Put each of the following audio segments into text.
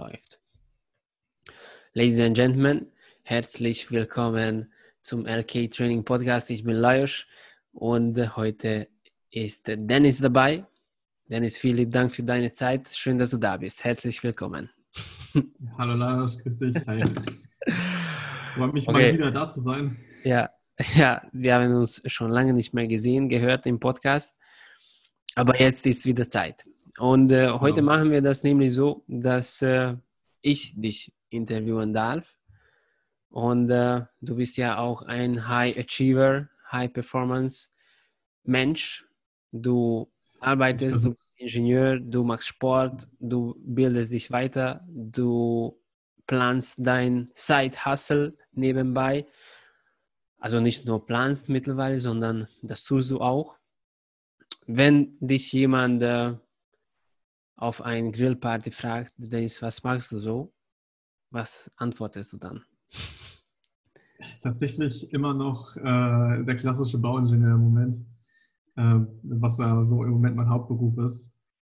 läuft. Ladies and Gentlemen, herzlich willkommen zum LK Training Podcast. Ich bin Lajos und heute ist Dennis dabei. Dennis, vielen lieben Dank für deine Zeit. Schön, dass du da bist. Herzlich willkommen. Hallo Lajos, grüß dich. Hi. Freue mich mal Okay. wieder da zu sein. Ja, wir haben uns schon lange nicht mehr gesehen, gehört im Podcast, aber jetzt ist wieder Zeit. Und heute machen wir das nämlich so, dass ich dich interviewen darf. Und du bist ja auch ein High Achiever, High Performance Mensch. Du arbeitest, du bist Ingenieur, du machst Sport, du bildest dich weiter, du planst dein Side-Hustle nebenbei. Also nicht nur planst mittlerweile, sondern das tust du auch. Wenn dich jemand auf eine Grillparty fragt, Dennis, was machst du so? Was antwortest du dann? Tatsächlich immer noch der klassische Bauingenieur im Moment, was ja so im Moment mein Hauptberuf ist.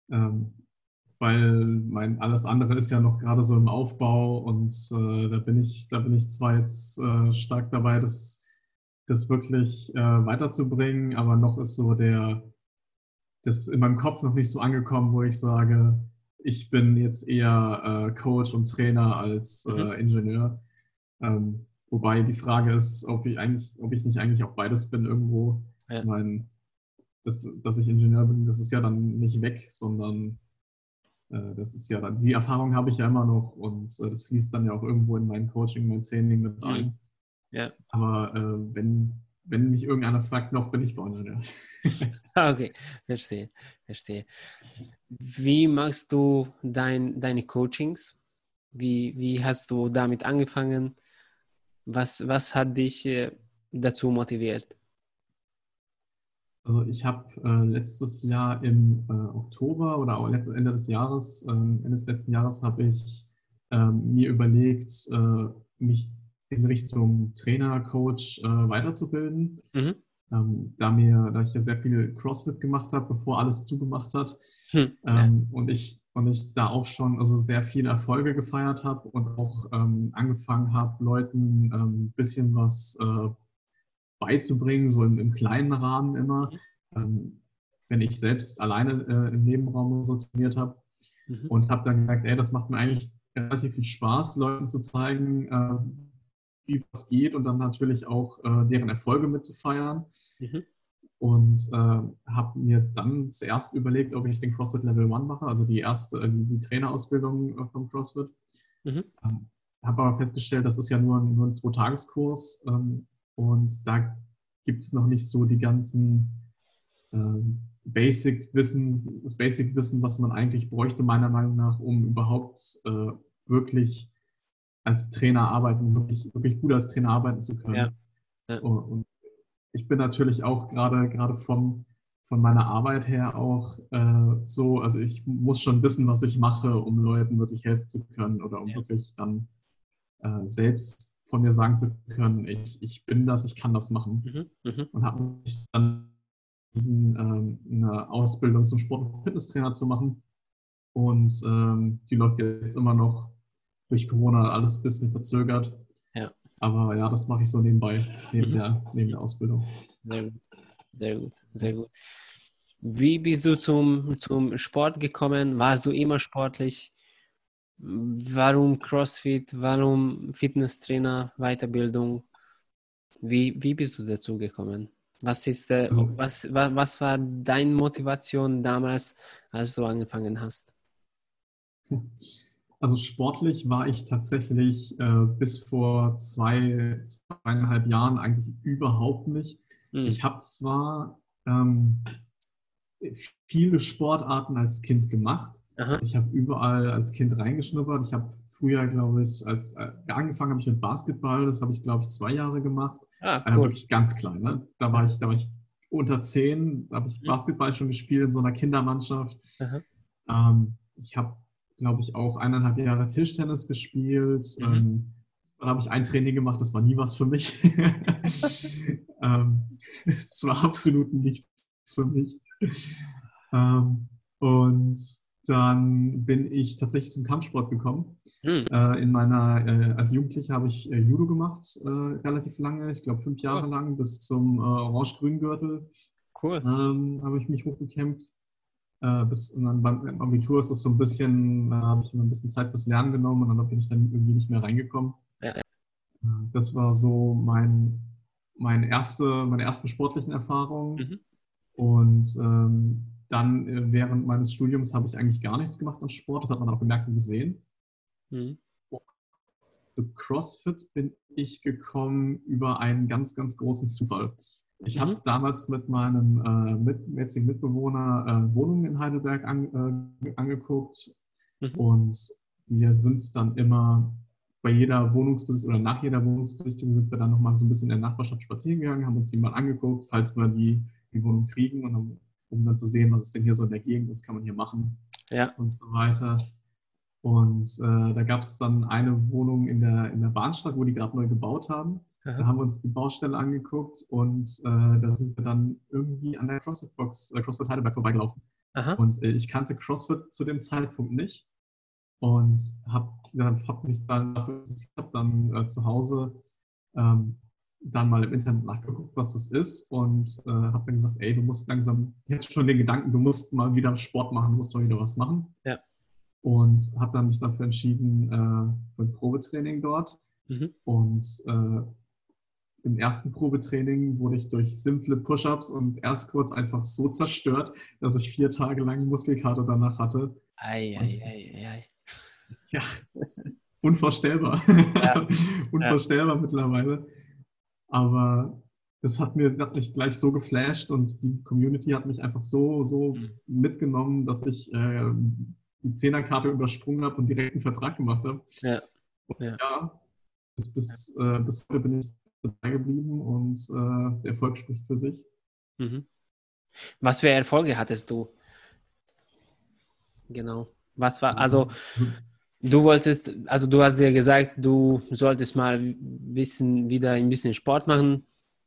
Weil alles andere ist ja noch gerade so im Aufbau und da bin ich zwar jetzt stark dabei, das wirklich weiterzubringen, aber noch ist so das in meinem Kopf noch nicht so angekommen, wo ich sage, ich bin jetzt eher Coach und Trainer als Ingenieur. Wobei die Frage ist, ob ich nicht eigentlich auch beides bin irgendwo. Ja. Ich meine, dass ich Ingenieur bin, das ist ja dann nicht weg, sondern das ist ja dann, die Erfahrung habe ich ja immer noch und das fließt dann ja auch irgendwo in mein Coaching, mein Training mit ein. Ja. Aber wenn mich irgendeiner fragt, noch bin ich Bauingenieur. Okay, verstehe. Wie machst du deine Coachings? Wie hast du damit angefangen? Was hat dich dazu motiviert? Also ich habe letztes Jahr im Oktober oder auch Ende des Jahres, Ende des letzten Jahres habe ich mir überlegt, mich in Richtung Trainer, Coach weiterzubilden. Da ich ja sehr viel CrossFit gemacht habe, bevor alles zugemacht hat. Und ich da auch schon also sehr viele Erfolge gefeiert habe und auch angefangen habe, Leuten ein bisschen was beizubringen, so im kleinen Rahmen immer, wenn ich selbst alleine im Nebenraum so trainiert habe. Und habe dann gemerkt, das macht mir eigentlich relativ viel Spaß, Leuten zu zeigen, wie was geht und dann natürlich auch deren Erfolge mitzufeiern. Und habe mir dann zuerst überlegt, ob ich den CrossFit Level 1 mache, also die Trainerausbildung vom CrossFit. Habe aber festgestellt, das ist ja nur ein 2-Tageskurs und da gibt es noch nicht so die ganzen das Basic-Wissen, was man eigentlich bräuchte, meiner Meinung nach, um überhaupt wirklich als Trainer wirklich gut als Trainer arbeiten zu können. Ja. Und ich bin natürlich auch gerade von meiner Arbeit her auch so, also ich muss schon wissen, was ich mache, um Leuten wirklich helfen zu können oder um wirklich dann selbst von mir sagen zu können, ich bin das, ich kann das machen. Und habe mich dann eine Ausbildung zum Sport- und Fitnesstrainer zu machen. Und die läuft jetzt immer noch durch Corona alles ein bisschen verzögert. Ja. Aber ja, das mache ich so nebenbei, neben der Ausbildung. Sehr gut. Wie bist du zum Sport gekommen? Warst du immer sportlich? Warum CrossFit? Warum Fitnesstrainer, Weiterbildung? Wie bist du dazu gekommen? Was war deine Motivation damals, als du angefangen hast? Also sportlich war ich tatsächlich bis vor 2,5 Jahren eigentlich überhaupt nicht. Ich habe zwar viele Sportarten als Kind gemacht. Aha. Ich habe überall als Kind reingeschnuppert. Ich habe früher, glaube ich, angefangen habe ich mit Basketball. Das habe ich, glaube ich, 2 Jahre gemacht. Cool. Wirklich ganz klein. Ne? Da war ich unter 10, da habe ich Basketball schon gespielt in so einer Kindermannschaft. Ich habe, glaube ich, auch 1,5 Jahre Tischtennis gespielt. Dann habe ich ein Training gemacht, das war nie was für mich. Es war absolut nichts für mich. Und dann bin ich tatsächlich zum Kampfsport gekommen. Hm, Als Jugendlicher habe ich Judo gemacht, relativ lange, ich glaube 5 Jahre cool, lang, bis zum Orange-Grün Gürtel cool. habe ich mich hochgekämpft. Und dann beim Abitur ist das so ein bisschen, da habe ich mir ein bisschen Zeit fürs Lernen genommen und dann bin ich dann irgendwie nicht mehr reingekommen. Ja, ja. Das war so meine ersten sportlichen Erfahrungen. Mhm. Und dann während meines Studiums habe ich eigentlich gar nichts gemacht an Sport. Das hat man auch gemerkt und gesehen. Mhm. Zu CrossFit bin ich gekommen über einen ganz, ganz großen Zufall. Ich habe Mhm. damals mit meinem jetzigen Mitbewohner Wohnungen in Heidelberg angeguckt Mhm. und wir sind dann immer bei jeder Wohnungsbesichtigung oder nach jeder Wohnungsbesichtigung sind wir dann nochmal so ein bisschen in der Nachbarschaft spazieren gegangen, haben uns die mal angeguckt, falls wir die Wohnung kriegen und um dann zu sehen, was es denn hier so in der Gegend ist, kann man hier machen Ja. und so weiter. Und da gab es dann eine Wohnung in der Bahnstadt, wo die gerade neu gebaut haben. Da Aha. haben wir uns die Baustelle angeguckt und da sind wir dann irgendwie an der CrossFit-Box, CrossFit Heidelberg vorbeigelaufen. Aha. Und ich kannte CrossFit zu dem Zeitpunkt nicht und hab mich dann dafür interessiert, habe dann zu Hause ähm, dann mal im Internet nachgeguckt, was das ist und habe dann gesagt, ey, du musst langsam, ich hatte schon den Gedanken, du musst mal wieder Sport machen, du musst mal wieder was machen Ja. und habe dann mich dafür entschieden für ein Probetraining dort. Mhm. Und im ersten Probetraining wurde ich durch simple Push-ups und erst kurz einfach so zerstört, dass ich 4 Tage lang Muskelkater danach hatte. Ei, ei, Und ei, ei, ei. ja, unvorstellbar. Ja, ja. Unvorstellbar mittlerweile. Aber hat mich gleich so geflasht und die Community hat mich einfach so Mhm. mitgenommen, dass ich die Zehnerkarte übersprungen habe und direkt einen Vertrag gemacht habe. Ja, ja. Ja, bis heute bin ich dabei geblieben und der Erfolg spricht für sich. Mhm. Was für Erfolge hattest du? Genau. Was war, also Also, du wolltest, also du hast ja gesagt, du solltest mal wieder ein bisschen Sport machen.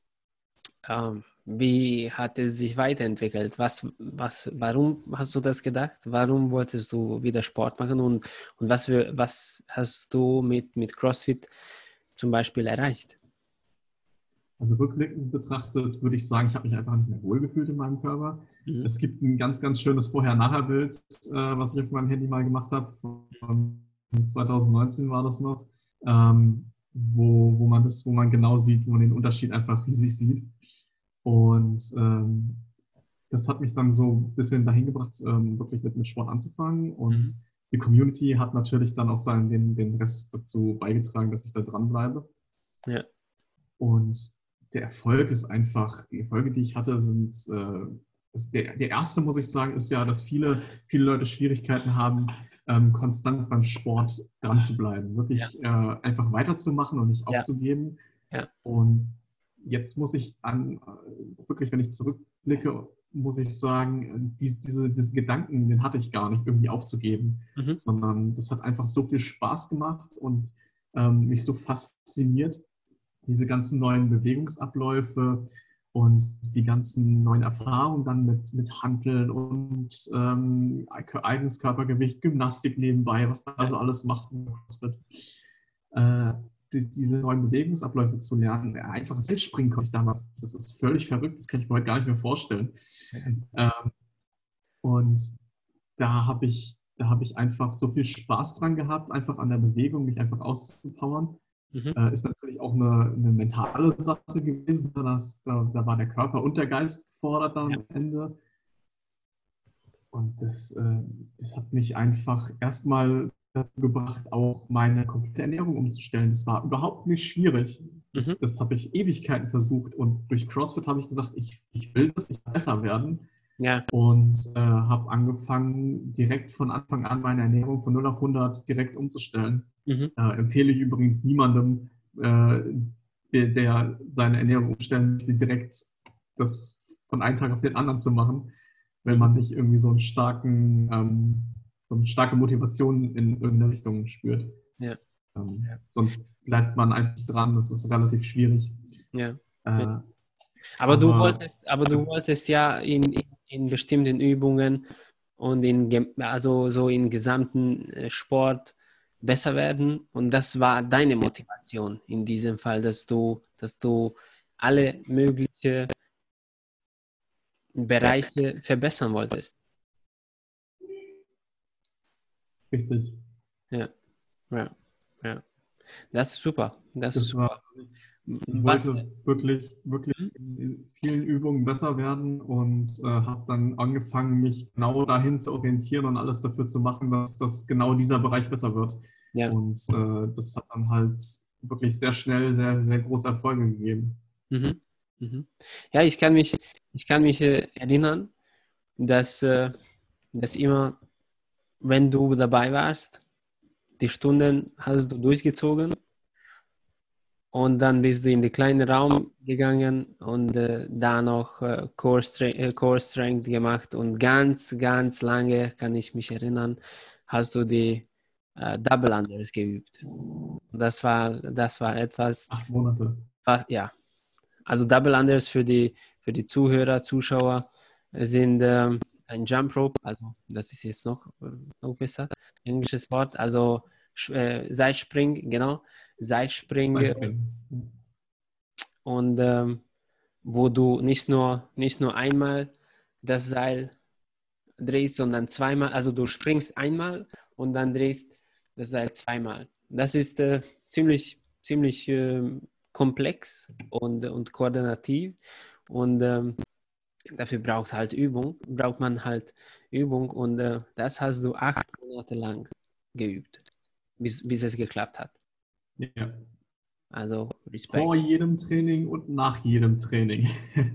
Wie hat es sich weiterentwickelt? Warum hast du das gedacht? Warum wolltest du wieder Sport machen und was hast du mit CrossFit zum Beispiel erreicht? also rückblickend betrachtet würde ich sagen, ich habe mich einfach nicht mehr wohlgefühlt in meinem Körper. Mhm. Es gibt ein ganz, ganz schönes Vorher-Nachher-Bild, was ich auf meinem Handy mal gemacht habe. Von 2019 war das noch, wo man genau sieht, wo man den Unterschied einfach riesig sieht. Und das hat mich dann so ein bisschen dahin gebracht, wirklich mit Sport anzufangen. Und Mhm. die Community hat natürlich dann auch den Rest dazu beigetragen, dass ich da dranbleibe. Ja. Und der Erfolg ist einfach, die Erfolge, die ich hatte, der erste, muss ich sagen, ist ja, dass viele Leute Schwierigkeiten haben, konstant beim Sport dran zu bleiben, Ja. wirklich einfach weiterzumachen und nicht Ja. aufzugeben. Ja. Und jetzt muss ich wirklich, wenn ich zurückblicke, muss ich sagen, diese Gedanken, den hatte ich gar nicht, irgendwie aufzugeben, Mhm. sondern das hat einfach so viel Spaß gemacht und mich so fasziniert, diese ganzen neuen Bewegungsabläufe und die ganzen neuen Erfahrungen dann mit Hanteln und eigenes Körpergewicht, Gymnastik nebenbei, was man Ja. also alles macht. Äh, diese neuen Bewegungsabläufe zu lernen. Einfach Seilspringen konnte ich damals. Das ist völlig verrückt, das kann ich mir heute gar nicht mehr vorstellen. Ähm, und da habe ich einfach so viel Spaß dran gehabt, einfach an der Bewegung, mich einfach auszupowern. Mhm. Ist natürlich auch eine mentale Sache gewesen. Da war der Körper und der Geist gefordert Ja. dann am Ende. Und das hat mich einfach erstmal dazu gebracht, auch meine komplette Ernährung umzustellen. Das war überhaupt nicht schwierig. Mhm. Das habe ich Ewigkeiten versucht. Und durch CrossFit habe ich gesagt, ich will das, ich will besser werden. Ja. Und habe angefangen, direkt von Anfang an meine Ernährung von 0 auf 100 direkt umzustellen. Mhm. Empfehle ich übrigens niemandem, der seine Ernährung umstellen möchte, direkt das von einem Tag auf den anderen zu machen, wenn Mhm. man nicht irgendwie so eine starke Motivation in irgendeine Richtung spürt. Ja. Ja. Sonst bleibt man einfach dran, das ist relativ schwierig. Ja. Ja. Äh, Aber aber du das, wolltest ja in bestimmten Übungen und also so im gesamten Sport besser werden. Und das war deine Motivation in diesem Fall, dass du alle möglichen Bereiche verbessern wolltest. Richtig. Ja, ja, ja. Das ist super. Das ist Das war, super. ich Was? wollte wirklich Hm? in vielen Übungen besser werden und habe dann angefangen, mich genau dahin zu orientieren und alles dafür zu machen, dass genau dieser Bereich besser wird. Ja. Und das hat dann halt wirklich sehr schnell sehr, sehr große Erfolge gegeben. Mhm. Mhm. Ja, ich kann mich erinnern, dass immer, wenn du dabei warst, die Stunden hast du durchgezogen und dann bist du in den kleinen Raum gegangen und da noch Core Strength gemacht und ganz, ganz lange, kann ich mich erinnern, hast du die Double Unders geübt. Das war etwas, 8 Monate. ja, also Double Unders für die Zuhörer, Zuschauer sind ein Jump Rope, also das ist jetzt noch besser, englisches Wort, also Seilspring, genau, Seilspring Seitspringen. und wo du nicht nur einmal das Seil drehst, sondern zweimal, also du springst einmal und dann drehst das Seil zweimal. Das ist ziemlich komplex und koordinativ und dafür braucht man halt Übung und das hast du 8 Monate lang geübt, bis es geklappt hat. Ja. Also Respekt. Vor jedem Training und nach jedem Training.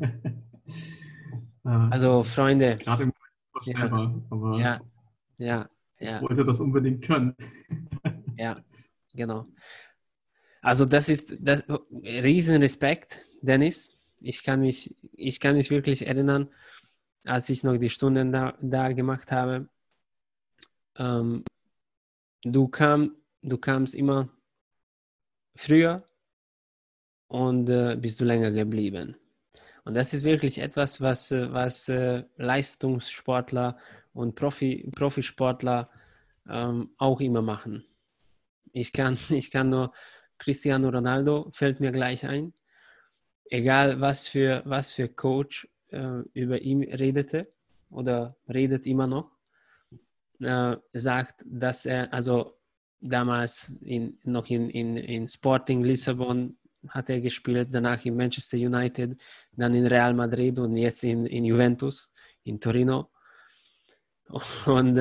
Also Das ist Freunde, gerade im Moment ja, unvorstellbar, aber ja, ja, ich ja, wollte das unbedingt können. ja, genau. Also das ist Riesenrespekt, Dennis. Ich kann mich wirklich erinnern, als ich noch die Stunden da gemacht habe. Ähm, du kamst immer früher und bist du länger geblieben. Und das ist wirklich etwas, was Leistungssportler und Profisportler auch immer machen. Ich kann nur Cristiano Ronaldo fällt mir gleich ein. Egal was für Coach über ihn redete oder redet immer noch, sagt, dass er, also damals noch in Sporting Lissabon hat er gespielt, danach in Manchester United, dann in Real Madrid und jetzt in Juventus, in Torino. Und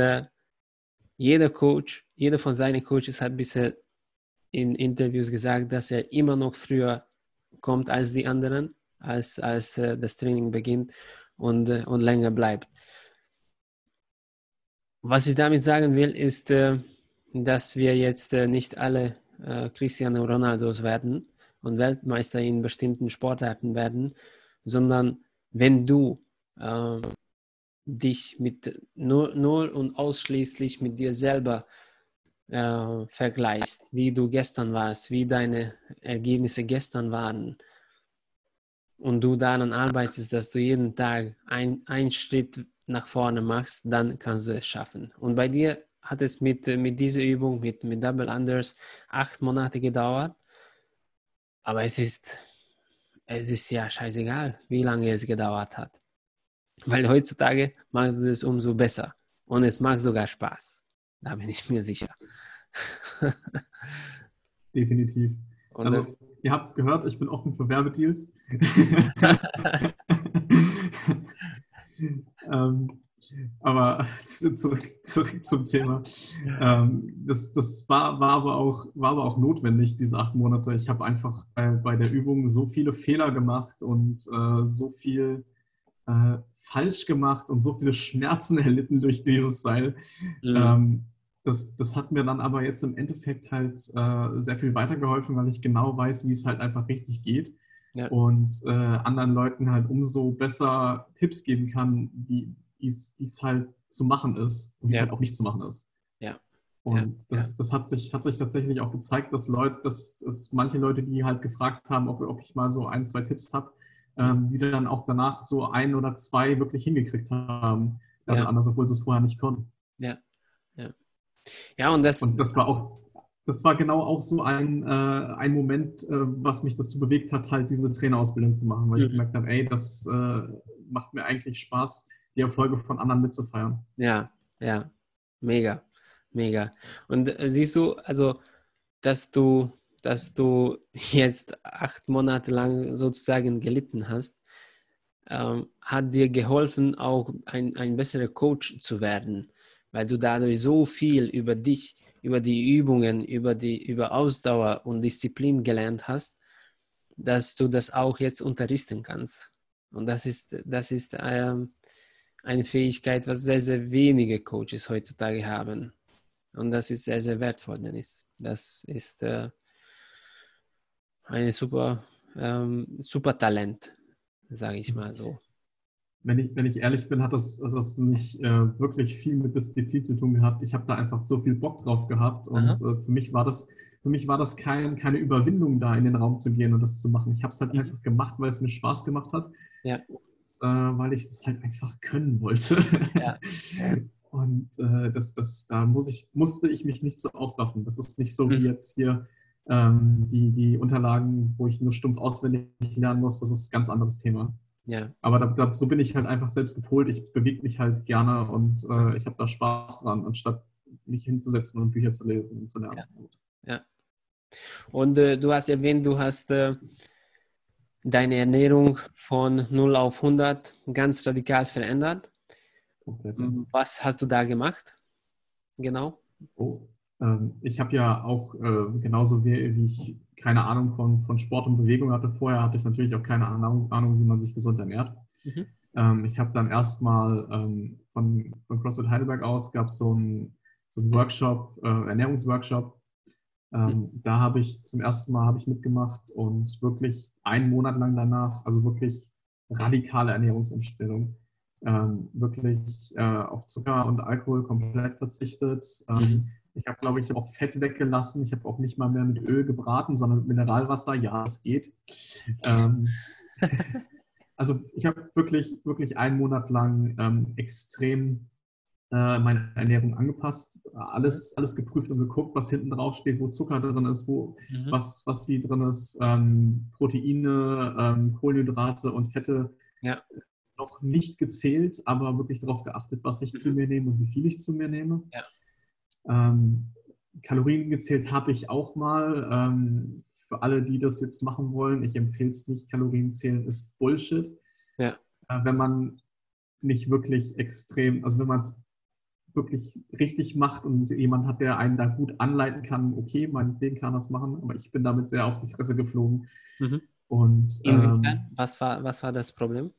jeder von seinen Coaches hat bisher in Interviews gesagt, dass er immer noch früher kommt als die anderen, als das Training beginnt und länger bleibt. Was ich damit sagen will, ist, dass wir jetzt nicht alle Cristiano Ronaldos werden und Weltmeister in bestimmten Sportarten werden, sondern wenn du dich nur und ausschließlich mit dir selber vergleichst, wie du gestern warst, wie deine Ergebnisse gestern waren und du daran arbeitest, dass du jeden Tag einen Schritt nach vorne machst, dann kannst du es schaffen. Und bei dir hat es mit dieser Übung, mit Double Unders 8 Monate gedauert, aber es ist ja scheißegal, wie lange es gedauert hat. Weil heutzutage machst du es umso besser und es macht sogar Spaß. Da bin ich mir sicher. Definitiv. Und das, Also, ihr habt es gehört, ich bin offen für Werbedeals. ähm, aber zurück zum Thema. Das war aber auch notwendig, diese 8 Monate. Ich habe einfach bei der Übung so viele Fehler gemacht und so viel falsch gemacht und so viele Schmerzen erlitten durch dieses Seil. Mhm. Das hat mir dann aber jetzt im Endeffekt halt sehr viel weitergeholfen, weil ich genau weiß, wie es halt einfach richtig geht Ja, und anderen Leuten halt umso besser Tipps geben kann, wie es halt zu machen ist und wie es ja, halt auch nicht zu machen ist. ja, ja, Und ja. das hat sich tatsächlich auch gezeigt, dass es manche Leute, die halt gefragt haben, ob ich mal so 1, 2 Tipps habe, Mhm. die dann auch danach so 1 oder 2 wirklich hingekriegt haben. Ja, anders, obwohl sie es vorher nicht konnten. ja, ja. Ja, und das, Und das war genau auch so ein Moment, was mich dazu bewegt hat, halt diese Trainerausbildung zu machen, weil ich mhm. gemerkt habe, ey, das macht mir eigentlich Spaß, die Erfolge von anderen mitzufeiern. Ja, ja, mega, mega. Und siehst du, also, dass du, dass du jetzt 8 Monate lang sozusagen gelitten hast, hat dir geholfen, auch ein besserer Coach zu werden, weil du dadurch so viel über dich, über die Übungen, über Ausdauer und Disziplin gelernt hast, dass du das auch jetzt unterrichten kannst. Und das ist eine Fähigkeit, was sehr, sehr wenige Coaches heutzutage haben. Und das ist sehr, sehr wertvoll, Dennis. Das ist eine super Talent, sage ich mal so. Wenn ich ehrlich bin, hat das nicht wirklich viel mit Disziplin zu tun gehabt. Ich habe da einfach so viel Bock drauf gehabt und Aha. für mich war das keine Überwindung, da in den Raum zu gehen und das zu machen. Ich habe es halt Mhm. einfach gemacht, weil es mir Spaß gemacht hat, Ja, weil ich das halt einfach können wollte. ja, ja. Und da musste ich mich nicht so aufraffen. Das ist nicht so wie Mhm. jetzt hier die Unterlagen, wo ich nur stumpf auswendig lernen muss. Das ist ein ganz anderes Thema. Ja. Aber so bin ich halt einfach selbst gepolt. Ich bewege mich halt gerne und ich habe da Spaß dran, anstatt mich hinzusetzen und Bücher zu lesen und zu Ja, lernen. ja. Und du hast erwähnt, du hast deine Ernährung von 0 auf 100 ganz radikal verändert. Komplett, ja. Was hast du da gemacht? Genau. Oh. Ich habe ja auch genauso wie ich keine Ahnung von Sport und Bewegung hatte vorher, hatte ich natürlich auch keine Ahnung, wie man sich gesund ernährt. Mhm. Ich habe dann erstmal von CrossFit Heidelberg aus gab es so einen Workshop, Ernährungsworkshop. Da habe ich zum ersten Mal habe ich mitgemacht und wirklich einen Monat lang danach, also wirklich radikale Ernährungsumstellung, wirklich auf Zucker und Alkohol komplett verzichtet. Mhm. Ich habe, glaube ich, auch Fett weggelassen. Ich habe auch nicht mal mehr mit Öl gebraten, sondern mit Mineralwasser. Ja, es geht. Ähm, also ich habe wirklich einen Monat lang extrem meine Ernährung angepasst, Mhm. alles geprüft und geguckt, was hinten drauf steht, wo Zucker drin ist, Mhm. was wie drin ist, Proteine, Kohlenhydrate und Fette Ja. noch nicht gezählt, aber wirklich darauf geachtet, was ich zu Mhm. mir nehme und wie viel ich zu mir nehme. Ja. Ähm, Kalorien gezählt habe ich auch mal. Für alle, die das jetzt machen wollen, ich empfehle es nicht. Kalorien zählen ist Bullshit. Ja. Wenn man nicht wirklich extrem, also wenn man es wirklich richtig macht und jemand hat, der einen da gut anleiten kann, okay, meinetwegen kann das machen, aber ich bin damit sehr auf die Fresse geflogen. Mhm. Und Inwiefern? Was war das Problem?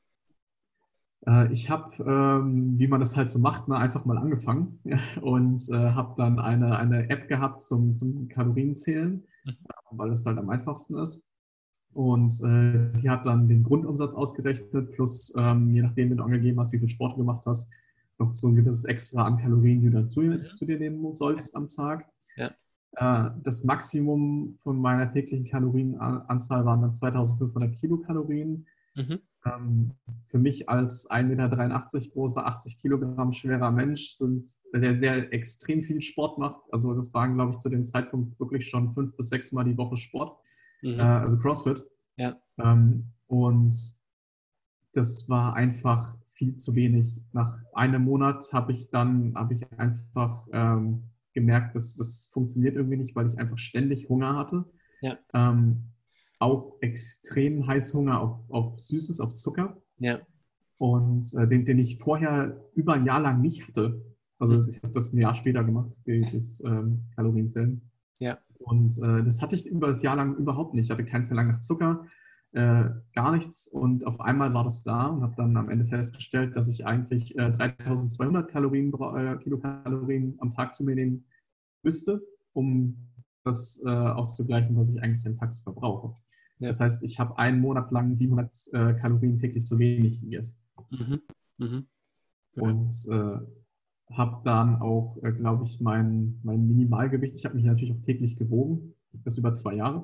ich habe, wie man das halt so macht, einfach mal angefangen und habe dann eine App gehabt zum Kalorienzählen, Mhm. weil es halt am einfachsten ist. Und die hat dann den Grundumsatz ausgerechnet, plus je nachdem, wenn du angegeben hast, wie viel Sport du gemacht hast, noch so ein gewisses Extra an Kalorien, die du dann Mhm. zu dir nehmen sollst am Tag. Ja. Das Maximum von meiner täglichen Kalorienanzahl waren dann 2500 Kilokalorien. Mhm. Ähm, für mich als 1,83 Meter großer, 80 Kilogramm schwerer Mensch, der sehr extrem viel Sport macht, also das waren, glaube ich, zu dem Zeitpunkt wirklich schon 5 bis 6 Mal die Woche Sport, Mhm. also CrossFit. Ja. Und das war einfach viel zu wenig. Nach einem Monat habe ich einfach gemerkt, dass das funktioniert irgendwie nicht, weil ich einfach ständig Hunger hatte. Ja. Ähm, auch extrem Heißhunger auf Süßes, auf Zucker. Ja. Und den ich vorher über ein Jahr lang nicht hatte. Mhm. Also ich habe das ein Jahr später gemacht, das Kalorienzählen. Ja. Und das hatte ich über das Jahr lang überhaupt nicht. Ich hatte kein Verlangen nach Zucker, gar nichts. Und auf einmal war das da und habe dann am Ende festgestellt, dass ich eigentlich 3200 Kilokalorien am Tag zu mir nehmen müsste, um das auszugleichen, was ich eigentlich am Tag so verbrauche. Ja. Das heißt, ich habe einen Monat lang 700 Kalorien täglich zu wenig gegessen. Mhm. Mhm. Ja. Und habe dann auch, glaube ich, mein Minimalgewicht, ich habe mich natürlich auch täglich gewogen, das über 2 Jahre.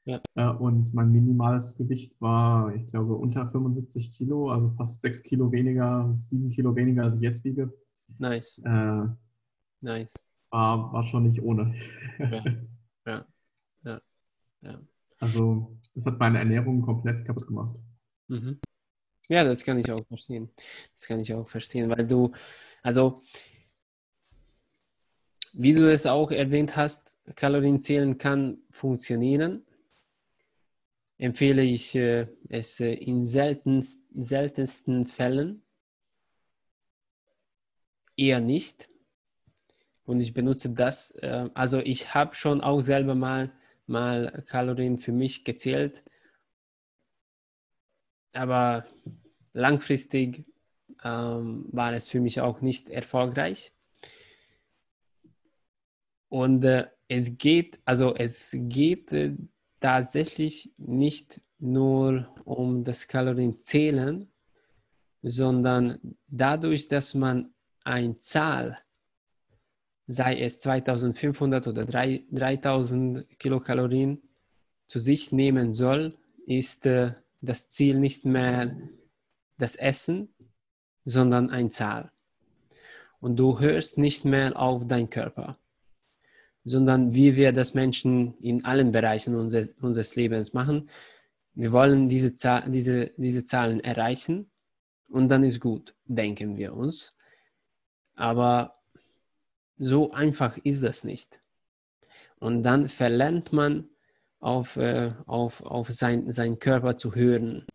Ja, Und mein minimales Gewicht war, ich glaube, unter 75 Kilo, also fast 6 Kilo weniger, 7 Kilo weniger, als ich jetzt wiege. nice, Äh, nice. war schon nicht ohne. Ja, ja, ja, ja. Also, das hat meine Ernährung komplett kaputt gemacht. Mhm. Ja, das kann ich auch verstehen. Das kann ich auch verstehen, weil du, also wie du es auch erwähnt hast, Kalorienzählen kann funktionieren. Empfehle ich es in seltensten Fällen eher nicht. Und ich benutze das, also ich habe schon auch selber mal Kalorien für mich gezählt, aber langfristig war es für mich auch nicht erfolgreich. Und es geht tatsächlich nicht nur um das Kalorienzählen, sondern dadurch, dass man eine Zahl, sei es 2500 oder 3000 Kilokalorien, zu sich nehmen soll, ist das Ziel nicht mehr das Essen, sondern eine Zahl. Und du hörst nicht mehr auf deinen Körper, sondern wie wir das Menschen in allen Bereichen unseres Lebens machen. Wir wollen diese Zahlen erreichen und dann ist gut, denken wir uns. Aber so einfach ist das nicht. Und dann verlernt man auf seinen Körper zu hören.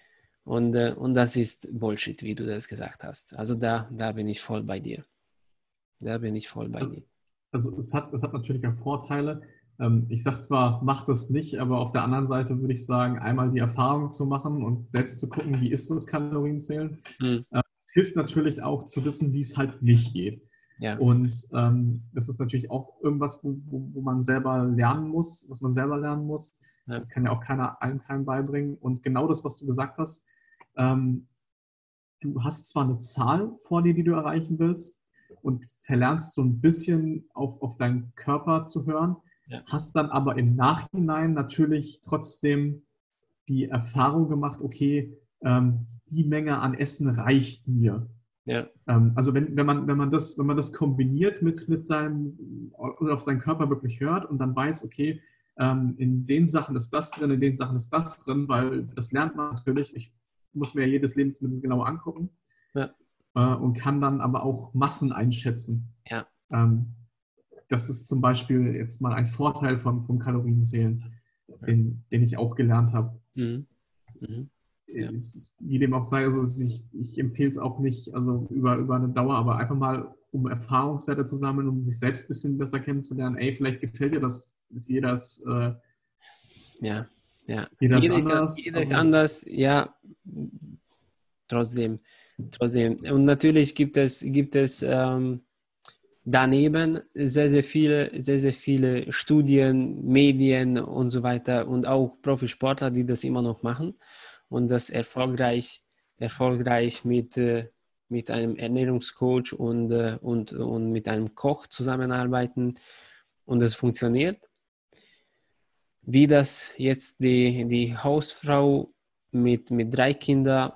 Und das ist Bullshit, wie du das gesagt hast. Also da bin ich voll bei dir. Da bin ich voll bei dir. Also es hat natürlich auch Vorteile. Ich sage zwar, mach das nicht, aber auf der anderen Seite würde ich sagen, einmal die Erfahrung zu machen und selbst zu gucken, wie ist das Kalorienzählen. Hm. Es hilft natürlich auch zu wissen, wie es halt nicht geht. Ja, Und das ist natürlich auch irgendwas, wo man selber lernen muss, was man selber lernen muss. ja, Das kann ja auch keinem beibringen. Und genau das, was du gesagt hast, ähm, du hast zwar eine Zahl vor dir, die du erreichen willst und verlernst so ein bisschen auf deinen Körper zu hören, ja, hast dann aber im Nachhinein natürlich trotzdem die Erfahrung gemacht, okay, die Menge an Essen reicht mir. ja, Also wenn man das kombiniert mit seinem oder auf seinen Körper wirklich hört und dann weiß, okay, in den Sachen ist das drin, in den Sachen ist das drin, weil das lernt man natürlich. Ich muss mir ja jedes Lebensmittel genau angucken ja, und kann dann aber auch Massen einschätzen. ja. Ähm, Das ist zum Beispiel jetzt mal ein Vorteil vom Kalorienzählen, Ja. den ich auch gelernt habe. Mhm. Mhm. Ja. Wie dem auch sei, also ich empfehle es auch nicht, also über eine Dauer, aber einfach mal, um Erfahrungswerte zu sammeln, um sich selbst ein bisschen besser kennenzulernen. Ey, vielleicht gefällt dir das, ist Ja, ja. jeder ist anders, Jeder ist aber anders, ja, trotzdem, trotzdem. Und natürlich gibt es daneben sehr, sehr viele Studien, Medien und so weiter und auch Profisportler, die das immer noch machen und das erfolgreich mit einem Ernährungscoach und mit einem Koch zusammenarbeiten und es funktioniert. Wie das jetzt die Hausfrau mit 3 Kindern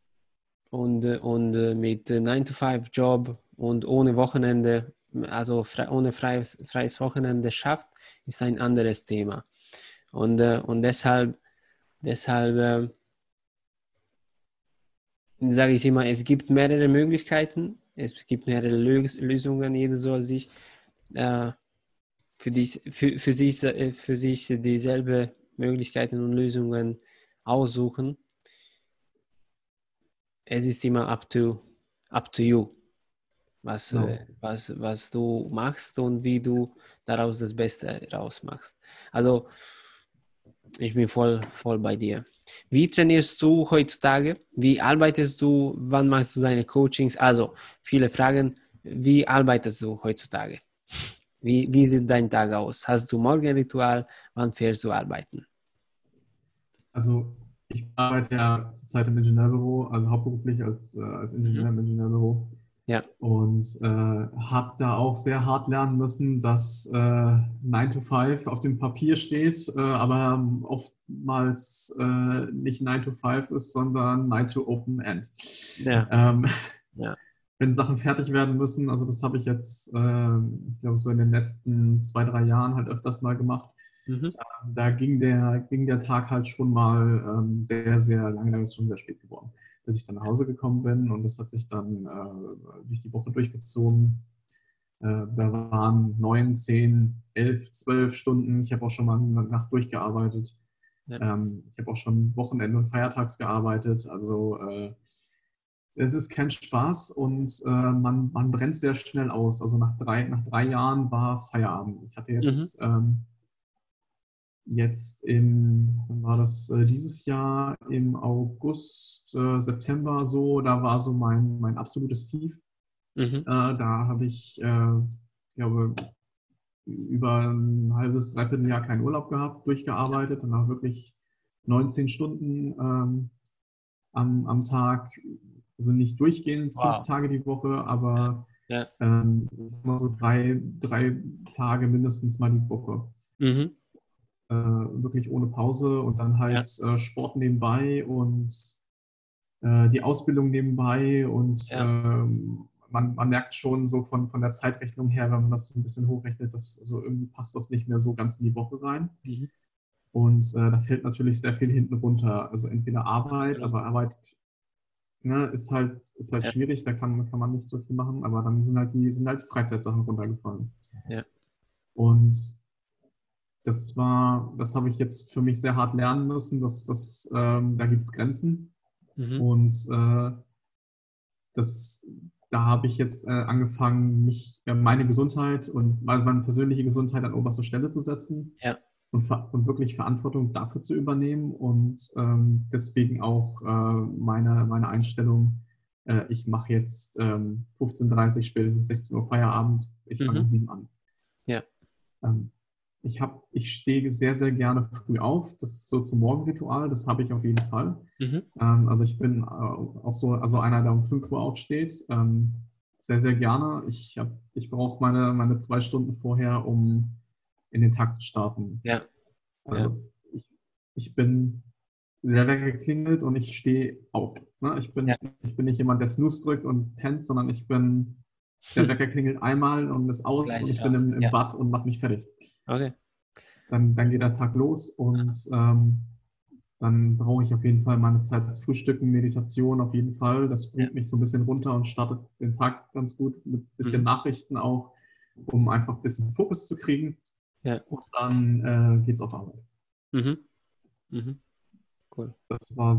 und mit 9-to-5-Job und ohne Wochenende, also ohne freies Wochenende schafft, ist ein anderes Thema. Und deshalb sage ich immer, es gibt mehrere Möglichkeiten, es gibt mehrere Lösungen, jeder soll sich äh, für sich dieselbe Möglichkeiten und Lösungen aussuchen. Es ist immer up to you, genau. was du machst und wie du daraus das Beste rausmachst. Also ich bin voll bei dir. Wie trainierst du heutzutage? Wie arbeitest du? Wann machst du deine Coachings? Also viele Fragen. Wie arbeitest du heutzutage? Wie sieht dein Tag aus? Hast du Morgenritual? Wann fährst du arbeiten? Also ich arbeite ja zurzeit im Ingenieurbüro, also hauptberuflich als Mhm. Ingenieur im Ingenieurbüro. Ja. Und habe da auch sehr hart lernen müssen, dass 9 to 5 auf dem Papier steht, aber oftmals nicht 9 to 5 ist, sondern 9 to Open End. Ja. Ähm, Ja. wenn Sachen fertig werden müssen, also das habe ich jetzt, ich glaube, so in den letzten 2, 3 Jahren halt öfters mal gemacht. Mhm. Da ging der Tag halt schon mal sehr, sehr lange, da ist schon sehr spät geworden, bis ich dann nach Hause gekommen bin, und das hat sich dann durch die Woche durchgezogen. Da waren 9, 10, 11, 12 Stunden. Ich habe auch schon mal eine Nacht durchgearbeitet. Ja. Ich habe auch schon Wochenende und feiertags gearbeitet. Also es ist kein Spaß, und man brennt sehr schnell aus. Also nach drei Jahren war Feierabend. Ich hatte Mhm. jetzt wann war das, dieses Jahr im August, September so, da war so mein absolutes Tief. Mhm. Da habe ich, glaube, über ein halbes, dreiviertel Jahr keinen Urlaub gehabt, durchgearbeitet, danach wirklich 19 Stunden am Tag, also nicht durchgehend 5 Wow. Tage die Woche, aber Ja. das ist immer so drei Tage mindestens mal die Woche. Mhm. Wirklich ohne Pause, und dann Ja. halt Sport nebenbei und die Ausbildung nebenbei, und Ja. man merkt schon so von der Zeitrechnung her, wenn man das so ein bisschen hochrechnet, dass also irgendwie passt das nicht mehr so ganz in die Woche rein. Mhm. Und da fällt natürlich sehr viel hinten runter. Also entweder Arbeit, Absolut. aber Arbeit, ne, ist halt Ja. schwierig, da kann man nicht so viel machen, aber dann sind halt die Freizeitsachen runtergefallen. Ja. Und das habe ich jetzt für mich sehr hart lernen müssen, da gibt es Grenzen. Mhm. Und das, da habe ich jetzt angefangen, meine Gesundheit und meine persönliche Gesundheit an oberste Stelle zu setzen, Ja. und wirklich Verantwortung dafür zu übernehmen, und deswegen auch meine Einstellung, ich mache jetzt 15:30 spätestens 16 Uhr Feierabend, ich fange Mhm. um 7 an. Ja. Ähm, ich stehe sehr, sehr gerne früh auf. Das ist so zum Morgenritual, das habe ich auf jeden Fall. Mhm. Also ich bin auch so, also einer, der um 5 Uhr aufsteht. Sehr, sehr gerne. Ich brauche meine 2 Stunden vorher, um in den Tag zu starten. Ja. Ja. Also ich bin, der Wecker klingelt und ich stehe auf. Ne? Ja. Ich bin nicht jemand, der Snooze drückt und pennt, sondern der Wecker klingelt einmal und ist aus, und Gleich ich bin raus. im Ja. Bad und mache mich fertig. Okay. Dann geht der Tag los, und dann brauche ich auf jeden Fall meine Zeit des Frühstücken, Meditation auf jeden Fall. Das Ja. bringt mich so ein bisschen runter und startet den Tag ganz gut mit ein bisschen Mhm. Nachrichten auch, um einfach ein bisschen Fokus zu kriegen. Ja. Und dann geht es auf Arbeit. Mhm. Mhm. Cool. Das war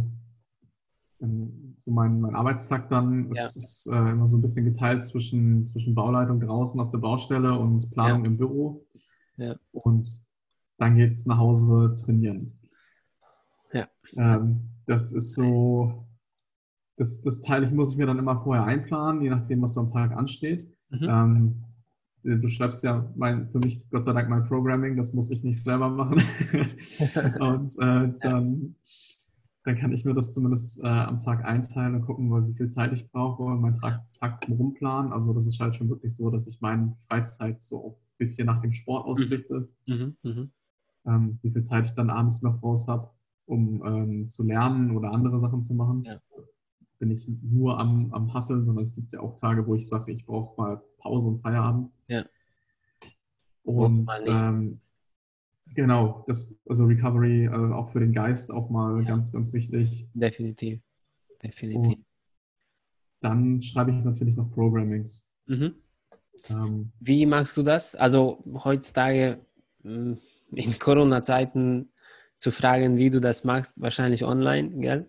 so mein Arbeitstag dann. Ja. Es ist immer so ein bisschen geteilt zwischen Bauleitung draußen auf der Baustelle und Ja. Planung im Büro. Ja. Und dann geht es nach Hause trainieren. Ja. Das ist so, das Teil, muss ich mir dann immer vorher einplanen, je nachdem, was so am Tag ansteht. Mhm. Ähm, Du schreibst ja für mich Gott sei Dank mein Programming, das muss ich nicht selber machen. Und Ja. dann kann ich mir das zumindest am Tag einteilen und gucken, wie viel Zeit ich brauche, und meinen Tag rumplanen. Also das ist halt schon wirklich so, dass ich meine Freizeit so ein bisschen nach dem Sport Mhm. ausrichte, Mhm. Mhm. wie viel Zeit ich dann abends noch raus habe, um zu lernen oder andere Sachen zu machen. Ja. Bin ich nur am Hasseln, sondern es gibt ja auch Tage, wo ich sage, ich brauche mal Pause und Feierabend. Ja. Wo Und man nicht. genau, also Recovery, auch für den Geist auch mal Ja. ganz, ganz wichtig. Definitiv. Und Definitiv. dann schreibe ich natürlich noch Programmings. Mhm. Ähm, Wie machst du das? Also heutzutage in Corona-Zeiten zu fragen, wie du das machst, wahrscheinlich online, gell?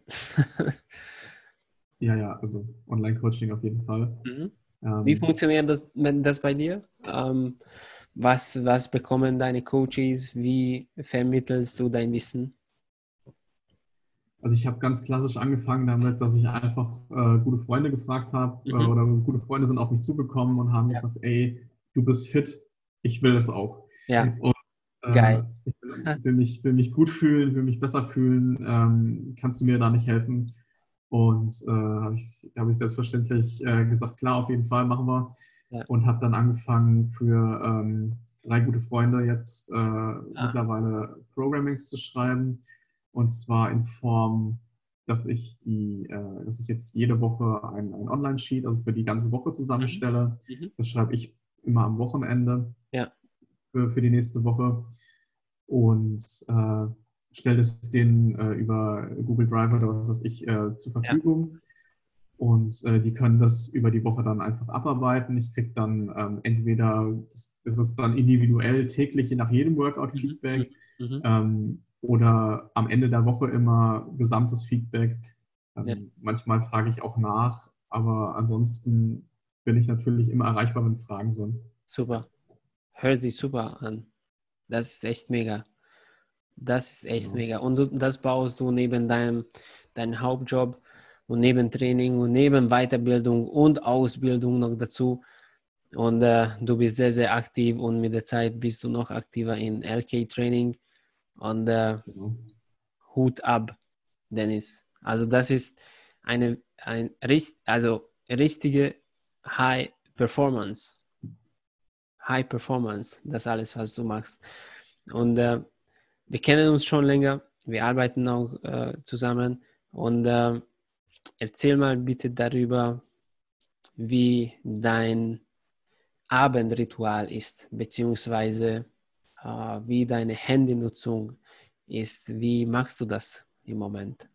ja, also Online-Coaching auf jeden Fall. Mhm. Wie Ähm, funktioniert das bei dir? Was bekommen deine Coaches? Wie vermittelst du dein Wissen? also ich habe ganz klassisch angefangen damit, dass ich einfach gute Freunde gefragt habe, Mhm. oder gute Freunde sind auf mich zugekommen und haben Ja. gesagt, ey, du bist fit, ich will das auch. Ja, Und geil. ich will mich gut fühlen, will mich besser fühlen, kannst du mir da nicht helfen? Und hab ich selbstverständlich gesagt, klar, auf jeden Fall machen wir. Ja. Und habe dann angefangen für 3 gute Freunde jetzt Ah, mittlerweile Programmings zu schreiben. Und zwar in Form, dass ich jetzt jede Woche ein Online-Sheet, also für die ganze Woche mhm. zusammenstelle. Mhm. Das schreibe ich immer am Wochenende Ja. für die nächste Woche und stelle es denen über Google Drive oder was weiß ich zur Ja. Verfügung. Und die können das über die Woche dann einfach abarbeiten. Ich kriege dann entweder, das ist dann individuell täglich, je nach jedem Mhm. Mhm. Workout-Feedback, Mhm. oder am Ende der Woche immer gesamtes Feedback. Ja. Manchmal frage ich auch nach, aber ansonsten bin ich natürlich immer erreichbar, wenn Fragen sind. Super. Hört sich super an. Das ist echt mega. Das ist echt Genau. mega. Und das baust du neben deinem Hauptjob und neben Training und neben Weiterbildung und Ausbildung noch dazu. Und du bist sehr, sehr aktiv und mit der Zeit bist du noch aktiver in LK-Training. Und Genau. Hut ab, Dennis. Also das ist also richtige High Performance. High Performance, das alles, was du machst. Und wir kennen uns schon länger, wir arbeiten auch zusammen. Und erzähl mal bitte darüber, wie dein Abendritual ist, beziehungsweise wie deine Handynutzung ist. Wie machst du das im Moment?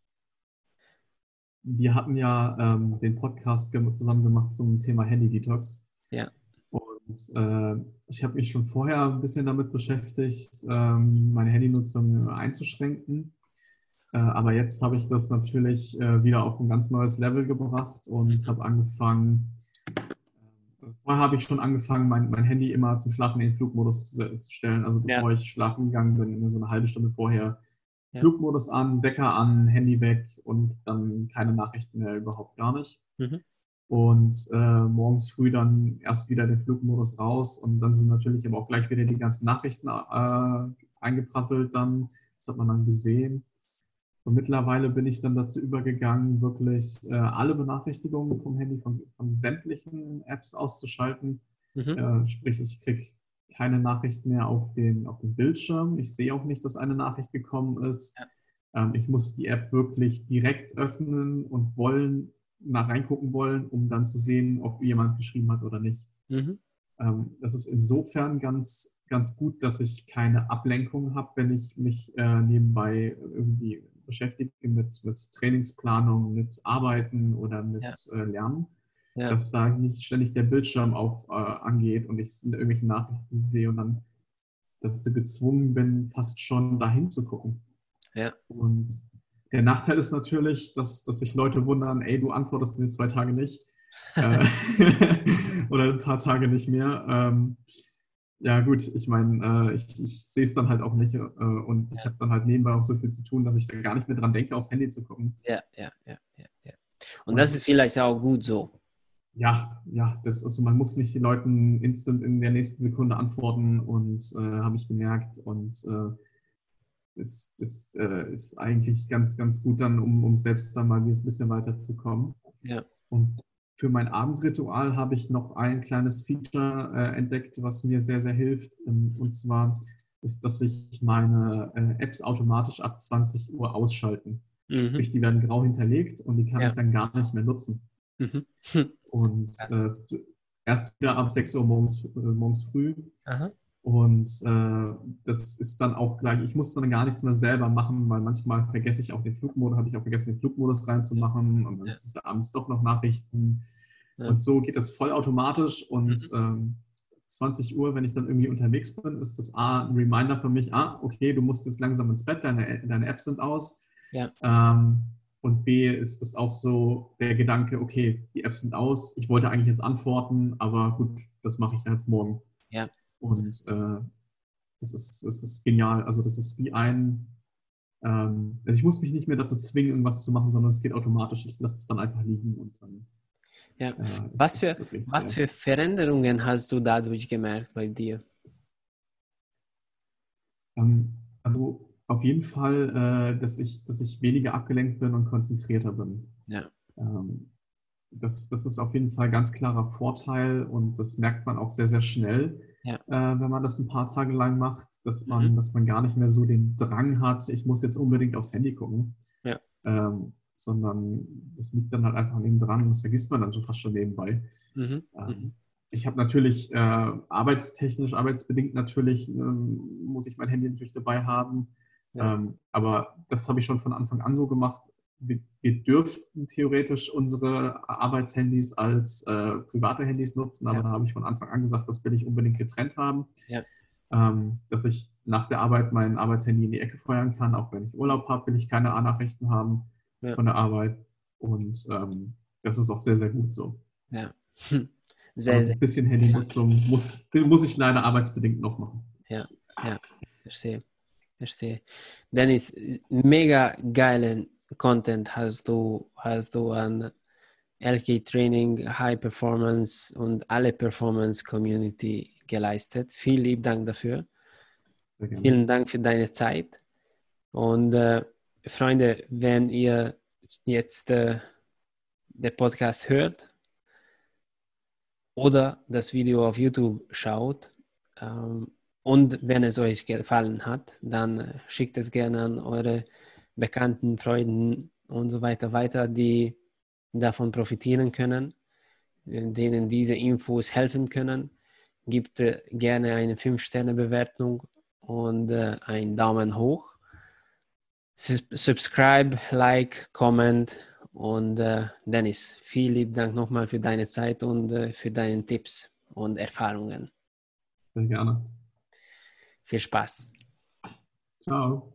Wir hatten ja den Podcast zusammen gemacht zum Thema Handy-Detox. Ja. Und ich habe mich schon vorher ein bisschen damit beschäftigt, meine Handynutzung einzuschränken. Aber jetzt habe ich das natürlich wieder auf ein ganz neues Level gebracht und habe angefangen, vorher habe ich schon angefangen, mein Handy immer zum Schlafen in den Flugmodus zu stellen. Also Ja, bevor ich schlafen gegangen bin, immer so eine halbe Stunde vorher ja. Flugmodus an, Wecker an, Handy weg und dann keine Nachrichten mehr, überhaupt gar nicht. Mhm. Und morgens früh dann erst wieder den Flugmodus raus und dann sind natürlich aber auch gleich wieder die ganzen Nachrichten eingeprasselt dann. Das hat man dann gesehen. Und mittlerweile bin ich dann dazu übergegangen, wirklich alle Benachrichtigungen vom Handy von sämtlichen Apps auszuschalten. Mhm. Sprich, ich kriege keine Nachricht mehr auf den Bildschirm. Ich sehe auch nicht, dass eine Nachricht gekommen ist. Ja. Ich muss die App wirklich direkt öffnen und nach reingucken wollen, um dann zu sehen, ob jemand geschrieben hat oder nicht. Mhm. Das ist insofern ganz gut, dass ich keine Ablenkung habe, wenn ich mich nebenbei irgendwie beschäftige mit Trainingsplanung, mit Arbeiten oder Ja. mit Lernen, Ja. dass da nicht ständig der Bildschirm angeht und ich irgendwelche Nachrichten sehe und dann dazu gezwungen bin, fast schon dahin zu gucken. Ja. Und der Nachteil ist natürlich, dass sich Leute wundern, ey, du antwortest mir 2 Tage nicht äh, oder ein paar Tage nicht mehr. Ja gut, ich meine, ich sehe es dann halt auch nicht und ich habe dann halt nebenbei auch so viel zu tun, dass ich da gar nicht mehr dran denke, aufs Handy zu gucken. Ja. Ja. Ja. Ja. Ja. Und das Und ist vielleicht auch gut so. ja, man muss nicht den Leuten instant in der nächsten Sekunde antworten und habe ich gemerkt und das ist eigentlich ganz gut dann, um selbst dann mal ein bisschen weiterzukommen. Ja. Und für mein Abendritual habe ich noch ein kleines Feature entdeckt, was mir sehr, sehr hilft. Und zwar ist, dass sich meine Apps automatisch ab 20 Uhr ausschalten. Mhm. Sprich, die werden grau hinterlegt und die kann ich Ja. dann gar nicht mehr nutzen. Mhm. Und Krass. erst wieder ab 6 Uhr morgens früh. Aha. Und das ist dann auch gleich, ich muss dann gar nichts mehr selber machen, weil manchmal vergesse ich auch den Flugmodus, habe ich auch vergessen, den Flugmodus reinzumachen und dann Ja. ist es abends doch noch Nachrichten. Und Ja. so geht das vollautomatisch und Mhm. 20 Uhr, wenn ich dann irgendwie unterwegs bin, ist das A, ein Reminder für mich, okay, du musst jetzt langsam ins Bett, deine Apps sind aus. Ja. Ähm, und B, ist es auch so der Gedanke, okay, die Apps sind aus, ich wollte eigentlich jetzt antworten, aber gut, das mache ich jetzt morgen. Ja. Und das ist genial. Also das ist wie also ich muss mich nicht mehr dazu zwingen, irgendwas zu machen, sondern es geht automatisch. Ich lasse es dann einfach liegen und dann Ja. ist das wirklich Was sehr. für Veränderungen hast du dadurch gemerkt bei dir? Also auf jeden Fall, dass ich weniger abgelenkt bin und konzentrierter bin. Ja. Das ist auf jeden Fall ein ganz klarer Vorteil und das merkt man auch sehr, sehr schnell, Ja. wenn man das ein paar Tage lang macht, Mhm. dass man gar nicht mehr so den Drang hat, ich muss jetzt unbedingt aufs Handy gucken, Ja. sondern das liegt dann halt einfach neben dran und das vergisst man dann so fast schon nebenbei. Mhm. Mhm. Ich habe natürlich arbeitstechnisch, arbeitsbedingt natürlich, muss ich mein Handy natürlich dabei haben. Ja. Aber das habe ich schon von Anfang an so gemacht. Wir dürften theoretisch unsere Arbeitshandys als private Handys nutzen, aber Ja. da habe ich von Anfang an gesagt, das will ich unbedingt getrennt haben. Ja. Dass ich nach der Arbeit mein Arbeitshandy in die Ecke feuern kann. Auch wenn ich Urlaub habe, will ich keine A-Nachrichten haben Ja. von der Arbeit. Und das ist auch sehr, sehr gut so. Ja. Aber Sehr, so sehr ein bisschen gut. Handynutzung muss ich leider arbeitsbedingt noch machen. Ja. Ja. Verstehe. Verstehe. Dennis, mega geilen Content hast du an LK Training, High Performance und alle Performance Community geleistet. Vielen lieben Dank dafür. Sehr gerne. Vielen Dank für deine Zeit. Und Freunde, wenn ihr jetzt den Podcast hört oder das Video auf YouTube schaut, und wenn es euch gefallen hat, dann schickt es gerne an eure Bekannten, Freunden und so weiter weiter, die davon profitieren können, denen diese Infos helfen können. Gebt gerne eine 5-Sterne-Bewertung und einen Daumen hoch. Subscribe, like, comment und Dennis, vielen lieben Dank nochmal für deine Zeit und für deine Tipps und Erfahrungen. Sehr gerne. Viel Spaß. Ciao.